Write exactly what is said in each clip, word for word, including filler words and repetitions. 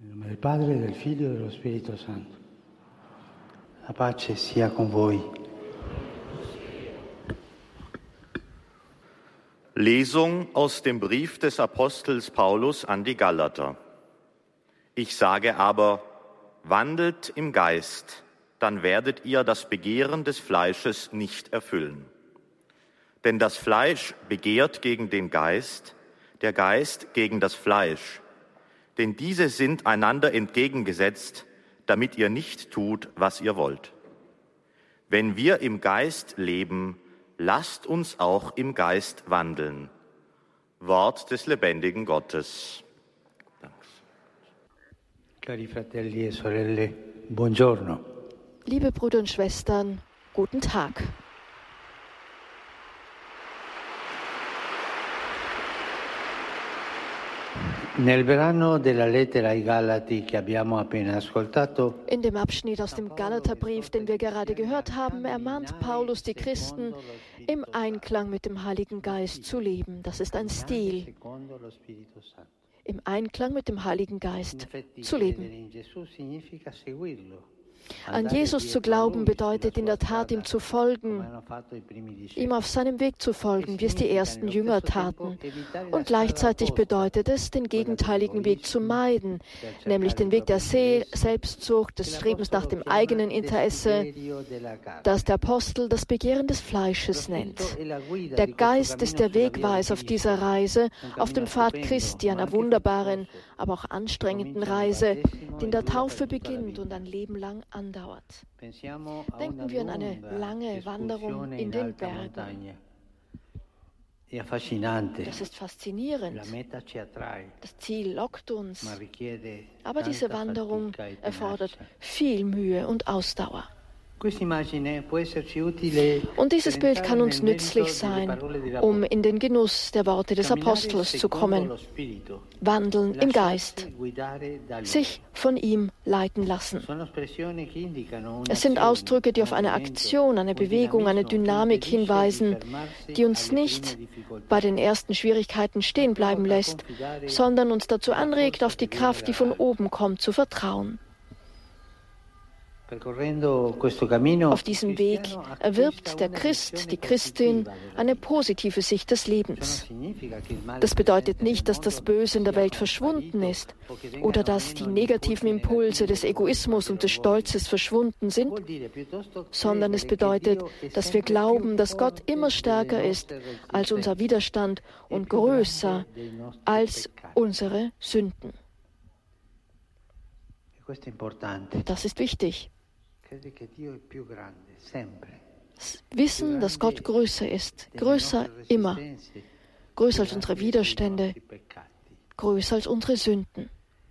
Nel nome del Padre, del Figlio e dello Spirito Santo. La pace sia con voi. Lesung aus dem Brief des Apostels Paulus an die Galater. Ich sage aber, wandelt im Geist, dann werdet ihr das Begehren des Fleisches nicht erfüllen. Denn das Fleisch begehrt gegen den Geist, der Geist gegen das Fleisch. Denn diese sind einander entgegengesetzt, damit ihr nicht tut, was ihr wollt. Wenn wir im Geist leben, lasst uns auch im Geist wandeln. Wort des lebendigen Gottes. Danke. Cari fratelli e sorelle, buongiorno. Liebe Brüder und Schwestern, guten Tag. Nel brano della lettera ai Galati che abbiamo appena ascoltato, In dem Abschnitt aus dem Galaterbrief, den wir gerade gehört haben, ermahnt Paulus die Christen, im Einklang mit dem Heiligen Geist zu leben. Das ist ein Stil. Im Einklang mit dem Heiligen Geist zu leben. An Jesus zu glauben bedeutet in der Tat, ihm zu folgen, ihm auf seinem Weg zu folgen, wie es die ersten Jünger taten. Und gleichzeitig bedeutet es, den gegenteiligen Weg zu meiden, nämlich den Weg der See- Selbstsucht, des Strebens nach dem eigenen Interesse, das der Apostel das Begehren des Fleisches nennt. Der Geist ist der Wegweiser auf dieser Reise, auf dem Pfad Christi, einer wunderbaren, aber auch anstrengenden Reise, die in der Taufe beginnt und ein Leben lang andauert. Denken wir an eine lange Wanderung in den Bergen. Das ist faszinierend. Das Ziel lockt uns. Aber diese Wanderung erfordert viel Mühe und Ausdauer. Und dieses Bild kann uns nützlich sein, um in den Genuss der Worte des Apostels zu kommen. Wandeln im Geist, sich von ihm leiten lassen. Es sind Ausdrücke, die auf eine Aktion, eine Bewegung, eine Dynamik hinweisen, die uns nicht bei den ersten Schwierigkeiten stehen bleiben lässt, sondern uns dazu anregt, auf die Kraft, die von oben kommt, zu vertrauen. Auf diesem Weg erwirbt der Christ, die Christin, eine positive Sicht des Lebens. Das bedeutet nicht, dass das Böse in der Welt verschwunden ist oder dass die negativen Impulse des Egoismus und des Stolzes verschwunden sind, sondern es bedeutet, dass wir glauben, dass Gott immer stärker ist als unser Widerstand und größer als unsere Sünden. Das ist wichtig. Wissen, dass Gott größer ist, größer immer, größer als unsere Widerstände, größer als unsere Sünden.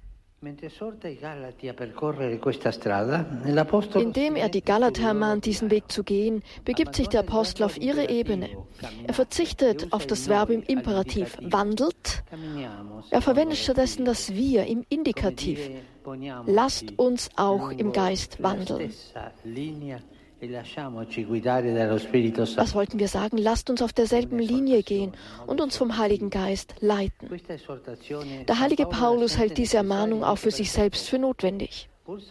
Indem er die Galater ermahnt, diesen Weg zu gehen, begibt sich der Apostel auf ihre Ebene. Er verzichtet auf das Verb im Imperativ wandelt. Er verwendet stattdessen das Wir im Indikativ. Lasst uns auch im Geist wandeln. Was wollten wir sagen? Lasst uns auf derselben Linie gehen und uns vom Heiligen Geist leiten. Der heilige Paulus hält diese Ermahnung auch für sich selbst für notwendig.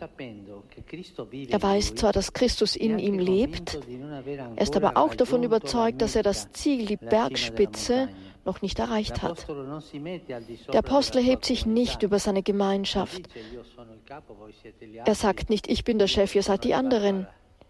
Er weiß zwar, dass Christus in ihm lebt, er ist aber auch davon überzeugt, dass er das Ziel, die Bergspitze, noch nicht erreicht hat. Der Apostel hebt sich nicht über seine Gemeinschaft. Er sagt nicht, ich bin der Chef, ihr seid die anderen.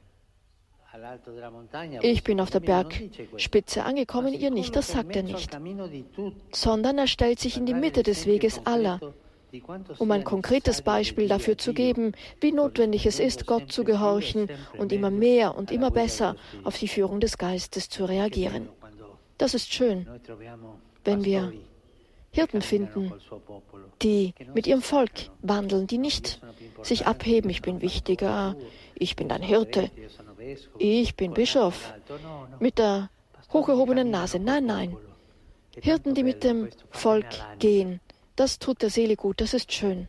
Ich bin auf der Bergspitze angekommen, ihr nicht, das sagt er nicht. Sondern er stellt sich in die Mitte des Weges aller, um ein konkretes Beispiel dafür zu geben, wie notwendig es ist, Gott zu gehorchen und immer mehr und immer besser auf die Führung des Geistes zu reagieren. Das ist schön, wenn wir Hirten finden, die mit ihrem Volk wandeln, die nicht sich abheben, ich bin wichtiger, ich bin dein Hirte, ich bin Bischof, mit der hochgehobenen Nase. Nein, nein. Hirten, die mit dem Volk gehen, das tut der Seele gut, das ist schön.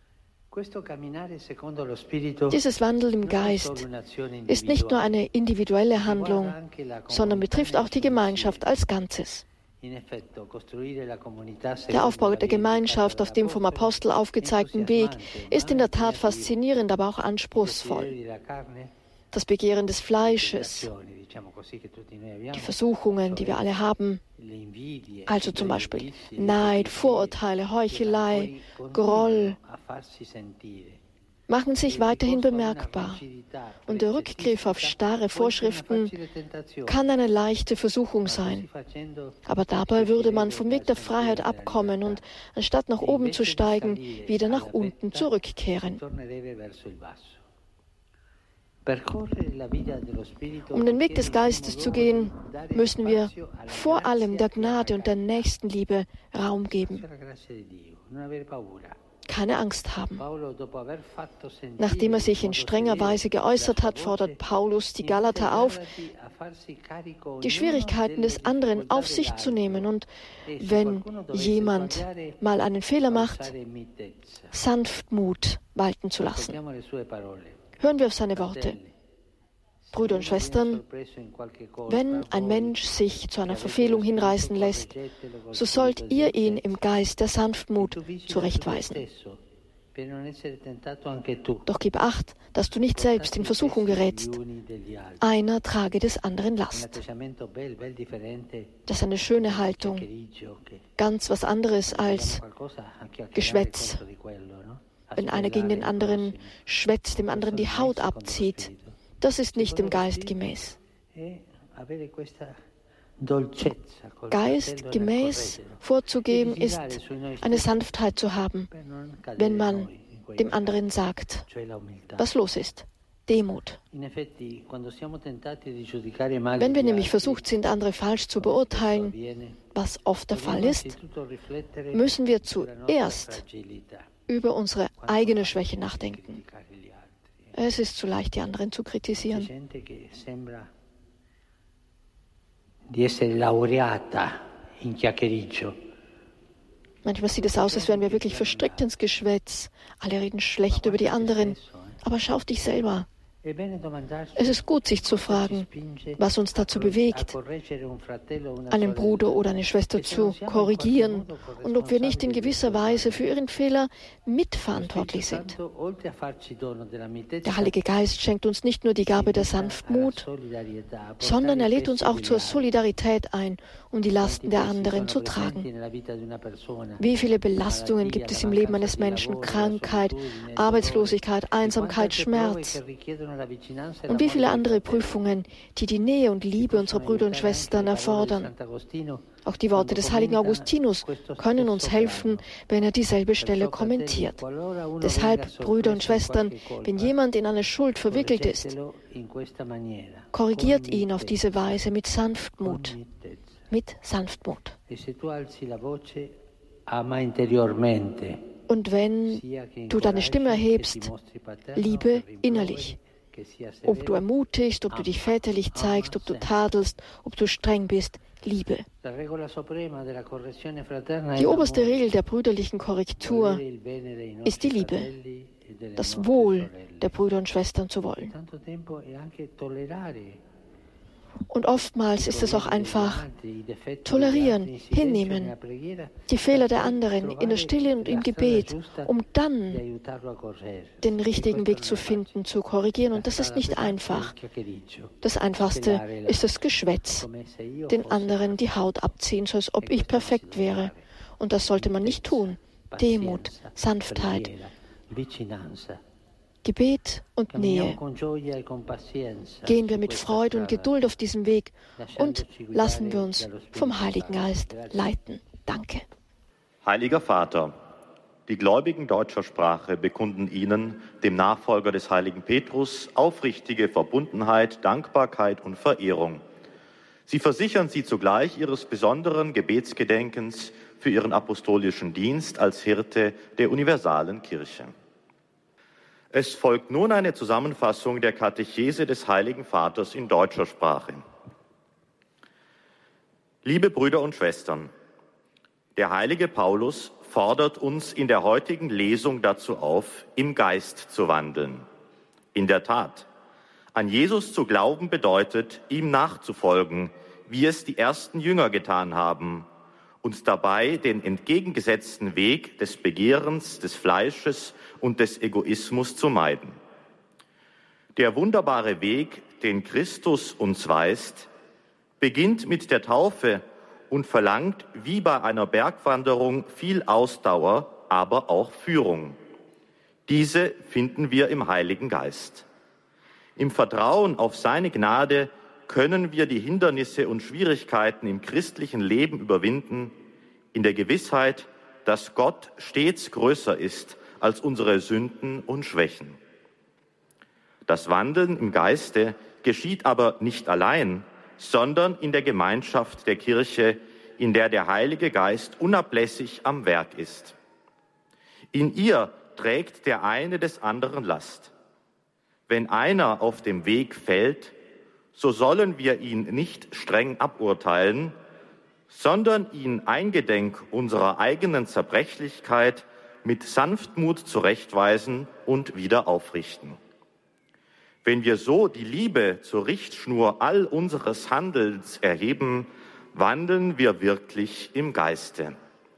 Dieses Wandeln im Geist ist nicht nur eine individuelle Handlung, sondern betrifft auch die Gemeinschaft als Ganzes. Der Aufbau der Gemeinschaft auf dem vom Apostel aufgezeigten Weg ist in der Tat faszinierend, aber auch anspruchsvoll. Das Begehren des Fleisches, die Versuchungen, die wir alle haben, also zum Beispiel Neid, Vorurteile, Heuchelei, Groll, machen sich weiterhin bemerkbar. Und der Rückgriff auf starre Vorschriften kann eine leichte Versuchung sein. Aber dabei würde man vom Weg der Freiheit abkommen und anstatt nach oben zu steigen, wieder nach unten zurückkehren. Um den Weg des Geistes zu gehen, müssen wir vor allem der Gnade und der Nächstenliebe Raum geben. Keine Angst haben. Nachdem er sich in strenger Weise geäußert hat, fordert Paulus die Galater auf, die Schwierigkeiten des anderen auf sich zu nehmen und, wenn jemand mal einen Fehler macht, Sanftmut walten zu lassen. Hören wir auf seine Worte. Brüder und Schwestern, wenn ein Mensch sich zu einer Verfehlung hinreißen lässt, so sollt ihr ihn im Geist der Sanftmut zurechtweisen. Doch gib Acht, dass du nicht selbst in Versuchung gerätst. Einer trage des anderen Last. Das ist eine schöne Haltung. Ganz was anderes als Geschwätz. Wenn einer gegen den anderen schwätzt, dem anderen die Haut abzieht. Das ist nicht dem Geist gemäß. Geist gemäß vorzugeben ist, eine Sanftheit zu haben, wenn man dem anderen sagt, was los ist. Demut. Wenn wir nämlich versucht sind, andere falsch zu beurteilen, was oft der Fall ist, müssen wir zuerst über unsere eigene Schwäche nachdenken. Es ist zu leicht, die anderen zu kritisieren. Manchmal sieht es aus, als wären wir wirklich verstrickt ins Geschwätz. Alle reden schlecht über die anderen. Aber schau auf dich selber. Es ist gut, sich zu fragen, was uns dazu bewegt, einen Bruder oder eine Schwester zu korrigieren und ob wir nicht in gewisser Weise für ihren Fehler mitverantwortlich sind. Der Heilige Geist schenkt uns nicht nur die Gabe der Sanftmut, sondern er lädt uns auch zur Solidarität ein, um die Lasten der anderen zu tragen. Wie viele Belastungen gibt es im Leben eines Menschen? Krankheit, Arbeitslosigkeit, Einsamkeit, Schmerz. Und wie viele andere Prüfungen, die die Nähe und Liebe unserer Brüder und Schwestern erfordern. Auch die Worte des heiligen Augustinus können uns helfen, wenn er dieselbe Stelle kommentiert. Deshalb, Brüder und Schwestern, wenn jemand in eine Schuld verwickelt ist, korrigiert ihn auf diese Weise mit Sanftmut. Mit Sanftmut. Und wenn du deine Stimme erhebst, liebe innerlich. Ob du ermutigst, ob du dich väterlich zeigst, ob du tadelst, ob du streng bist, Liebe. Die oberste Regel der brüderlichen Korrektur ist die Liebe, das Wohl der Brüder und Schwestern zu wollen. Und oftmals ist es auch einfach tolerieren, hinnehmen, die Fehler der anderen in der Stille und im Gebet, um dann den richtigen Weg zu finden, zu korrigieren. Und das ist nicht einfach. Das Einfachste ist das Geschwätz, den anderen die Haut abziehen, so als ob ich perfekt wäre. Und das sollte man nicht tun. Demut, Sanftheit, Gebet und Nähe. Gehen wir mit Freude und Geduld auf diesem Weg und lassen wir uns vom Heiligen Geist leiten. Danke. Heiliger Vater, die Gläubigen deutscher Sprache bekunden Ihnen, dem Nachfolger des heiligen Petrus, aufrichtige Verbundenheit, Dankbarkeit und Verehrung. Sie versichern Sie zugleich Ihres besonderen Gebetsgedenkens für Ihren apostolischen Dienst als Hirte der universalen Kirche. Es folgt nun eine Zusammenfassung der Katechese des Heiligen Vaters in deutscher Sprache. Liebe Brüder und Schwestern, der heilige Paulus fordert uns in der heutigen Lesung dazu auf, im Geist zu wandeln. In der Tat, an Jesus zu glauben bedeutet, ihm nachzufolgen, wie es die ersten Jünger getan haben, und dabei den entgegengesetzten Weg des Begehrens, des Fleisches und des Egoismus zu meiden. Der wunderbare Weg, den Christus uns weist, beginnt mit der Taufe und verlangt wie bei einer Bergwanderung viel Ausdauer, aber auch Führung. Diese finden wir im Heiligen Geist. Im Vertrauen auf seine Gnade können wir die Hindernisse und Schwierigkeiten im christlichen Leben überwinden, in der Gewissheit, dass Gott stets größer ist als unsere Sünden und Schwächen. Das Wandeln im Geiste geschieht aber nicht allein, sondern in der Gemeinschaft der Kirche, in der der Heilige Geist unablässig am Werk ist. In ihr trägt der eine des anderen Last. Wenn einer auf dem Weg fällt, so sollen wir ihn nicht streng aburteilen, sondern ihn eingedenk unserer eigenen Zerbrechlichkeit mit Sanftmut zurechtweisen und wieder aufrichten. Wenn wir so die Liebe zur Richtschnur all unseres Handelns erheben, wandeln wir wirklich im Geiste.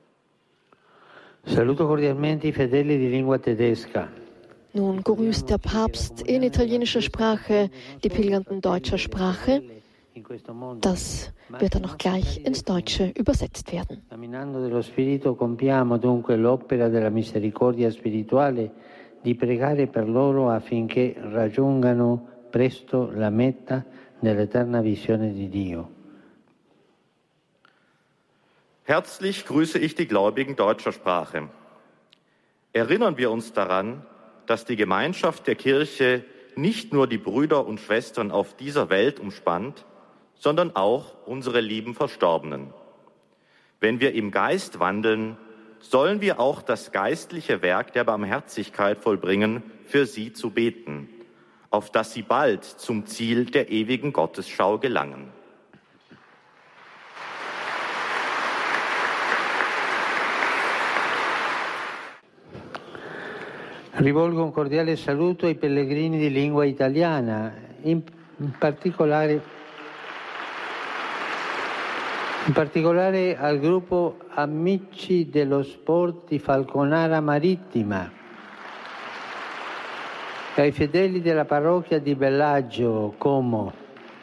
Saluto cordialmente i fedeli di lingua tedesca. Nun grüßt der Papst in italienischer Sprache die Pilgernden deutscher Sprache. Das wird dann noch gleich ins Deutsche übersetzt werden. Camminando dello Spirito compiamo dunque l'opera della misericordia spirituale di pregare per loro affinché raggiungano presto la meta dell'eterna visione di Dio. Herzlich grüße ich die Gläubigen deutscher Sprache. Erinnern wir uns daran, dass die Gemeinschaft der Kirche nicht nur die Brüder und Schwestern auf dieser Welt umspannt, sondern auch unsere lieben Verstorbenen. Wenn wir im Geist wandeln, sollen wir auch das geistliche Werk der Barmherzigkeit vollbringen, für sie zu beten, auf dass sie bald zum Ziel der ewigen Gottesschau gelangen. Rivolgo un cordiale saluto ai pellegrini di lingua italiana, in particolare, in particolare al gruppo Amici dello Sport di Falconara Marittima e ai fedeli della parrocchia di Bellagio, Como.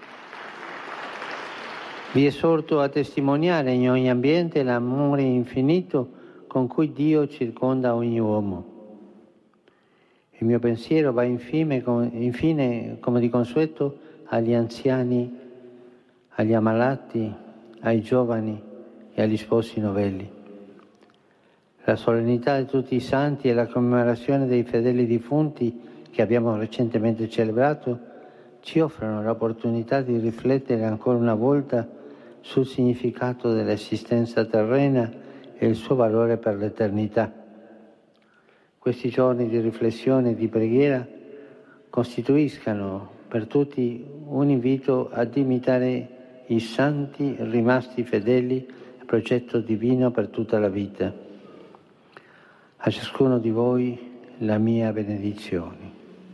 Vi esorto a testimoniare in ogni ambiente l'amore infinito con cui Dio circonda ogni uomo. Il mio pensiero va infine, infine, come di consueto, agli anziani, agli ammalati, ai giovani e agli sposi novelli. La solennità di tutti i santi e la commemorazione dei fedeli defunti che abbiamo recentemente celebrato ci offrono l'opportunità di riflettere ancora una volta sul significato dell'esistenza terrena e il suo valore per l'eternità. Questi giorni di riflessione e di preghiera costituiscano per tutti un invito ad imitare i santi rimasti fedeli al progetto divino per tutta la vita. A ciascuno di voi la mia benedizione.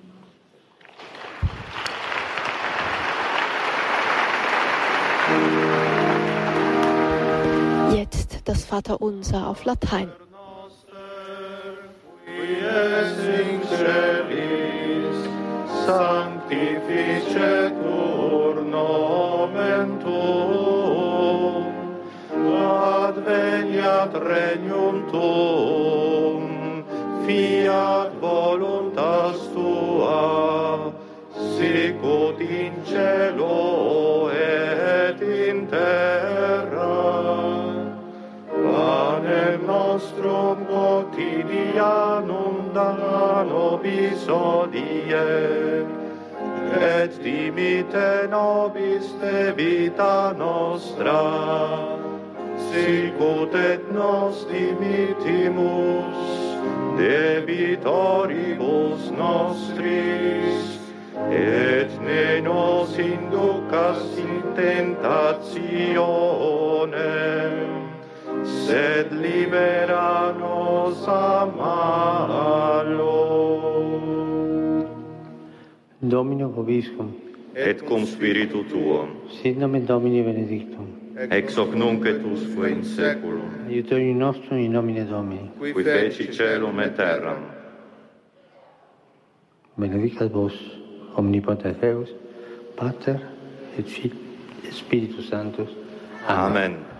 Jetzt das Vaterunser auf Latein. Sanctificetur nomen tuum, adveniat regnum tuum, fiat voluntas tua, sicut in cielo et in terra. Panem nostrum quotidianum da nobis hodie, et dimite nobis debita nostra, sicut et nos dimitimus debitoribus nostris, et ne nos inducas in tentationem, sed libera nos a malo. Domino vobiscum. Et cum spiritu tuo. Sit nomen Domini benedictum. ex hoc nunc et usque in saeculum. Aiutorium nostrum in nomine Domini. Qui feci caelum et terram. Benedicat vos, omnipotens Deus, Pater et Filii et Spiritus Sanctus. Amen.